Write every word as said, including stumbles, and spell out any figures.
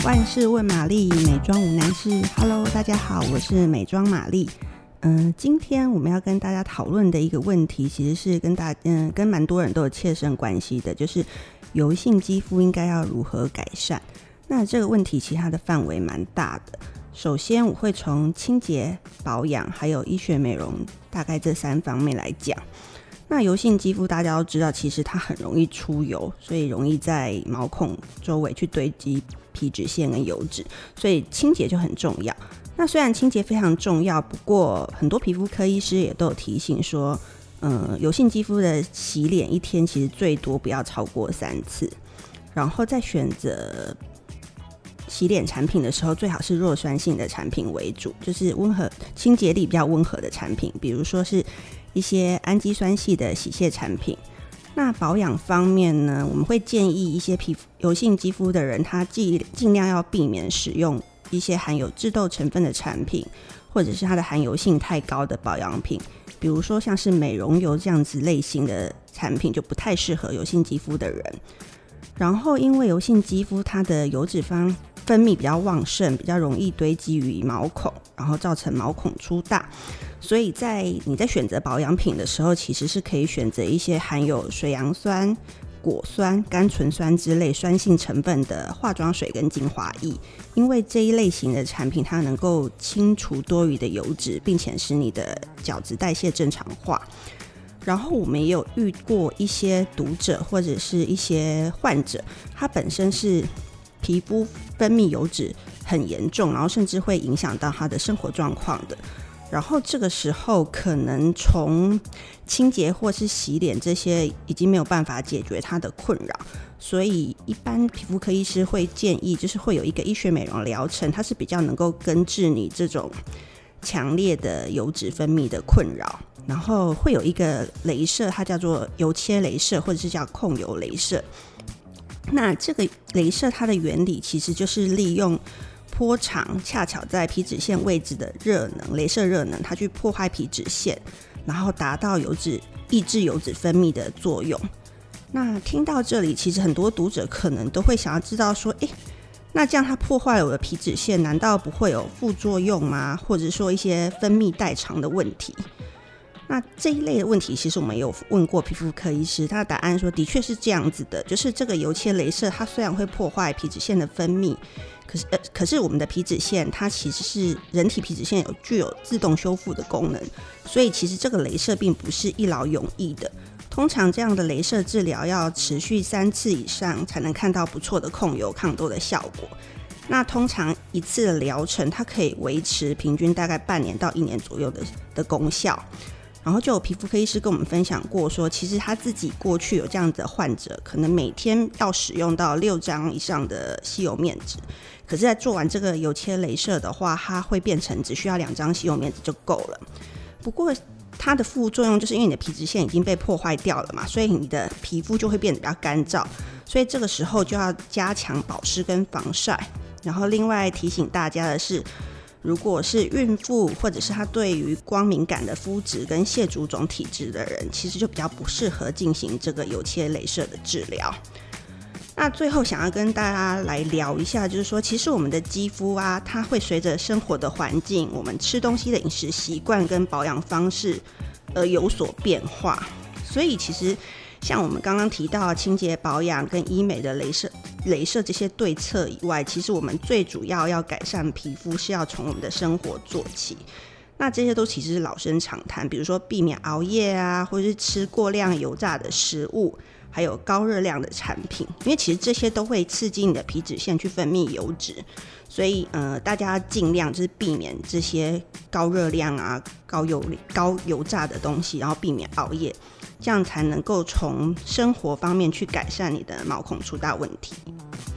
万事问玛丽，美妆无难事。Hello， 大家好，我是美妆玛丽。嗯、呃，今天我们要跟大家讨论的一个问题，其实是跟大嗯、呃、跟蛮多人都有切身关系的，就是油性肌肤应该要如何改善。那这个问题其实它的范围蛮大的。首先，我会从清洁、保养还有医学美容大概这三方面来讲。那油性肌肤大家都知道，其实它很容易出油，所以容易在毛孔周围去堆积皮脂腺跟油脂，所以清洁就很重要。那虽然清洁非常重要，不过很多皮肤科医师也都有提醒说，嗯，油性肌肤的洗脸一天其实最多不要超过三次，然后在选择洗脸产品的时候，最好是弱酸性的产品为主，就是温和清洁力比较温和的产品，比如说是一些氨基酸系的洗卸产品。那保养方面呢，我们会建议一些皮肤油性肌肤的人，他尽尽量要避免使用一些含有致痘成分的产品，或者是它的含油性太高的保养品，比如说像是美容油这样子类型的产品就不太适合油性肌肤的人。然后因为油性肌肤它的油脂方分泌比较旺盛，比较容易堆积于毛孔，然后造成毛孔粗大，所以在你在选择保养品的时候，其实是可以选择一些含有水杨酸、果酸、甘醇酸之类酸性成分的化妆水跟精华液，因为这一类型的产品它能够清除多余的油脂，并且使你的角质代谢正常化。然后我们也有遇过一些读者或者是一些患者，他本身是皮肤分泌油脂很严重，然后甚至会影响到他的生活状况的。然后这个时候可能从清洁或是洗脸这些已经没有办法解决他的困扰，所以一般皮肤科医师会建议，就是会有一个医学美容疗程，它是比较能够根治你这种强烈的油脂分泌的困扰。然后会有一个雷射，它叫做油切雷射，或者是叫控油雷射。那这个雷射它的原理其实就是利用波长恰巧在皮脂腺位置的热能，雷射热能，它去破坏皮脂腺，然后达到油脂抑制油脂分泌的作用。那听到这里，其实很多读者可能都会想要知道说，诶，那这样它破坏了我的皮脂腺，难道不会有副作用吗？或者说一些分泌代偿的问题？那这一类的问题，其实我们也有问过皮肤科医师，他的答案说的确是这样子的，就是这个油切雷射它虽然会破坏皮脂腺的分泌，可是、呃、可是我们的皮脂腺它其实是人体皮脂腺有具有自动修复的功能，所以其实这个雷射并不是一劳永逸的。通常这样的雷射治疗要持续三次以上才能看到不错的控油抗痘的效果。那通常一次的疗程它可以维持平均大概半年到一年左右 的, 的功效。然后就有皮肤科医师跟我们分享过说，其实他自己过去有这样子的患者，可能每天要使用到六张以上的吸油面纸，可是在做完这个油切雷射的话，它会变成只需要两张吸油面纸就够了。不过它的副作用就是因为你的皮脂腺已经被破坏掉了嘛，所以你的皮肤就会变得比较干燥，所以这个时候就要加强保湿跟防晒。然后另外提醒大家的是，如果是孕妇或者是她对于光敏感的肤质跟蟹足肿体质的人，其实就比较不适合进行这个油切雷射的治疗。那最后想要跟大家来聊一下，就是说其实我们的肌肤啊，它会随着生活的环境，我们吃东西的饮食习惯跟保养方式而有所变化。所以其实像我们刚刚提到清洁保养跟医美的雷射雷射这些对策以外，其实我们最主要要改善皮肤是要从我们的生活做起。那这些都其实是老生常谈，比如说避免熬夜啊，或者是吃过量油炸的食物，还有高热量的产品，因为其实这些都会刺激你的皮脂腺去分泌油脂，所以呃，大家尽量就是避免这些高热量啊、高油高油炸的东西，然后避免熬夜，这样才能够从生活方面去改善你的毛孔粗大问题。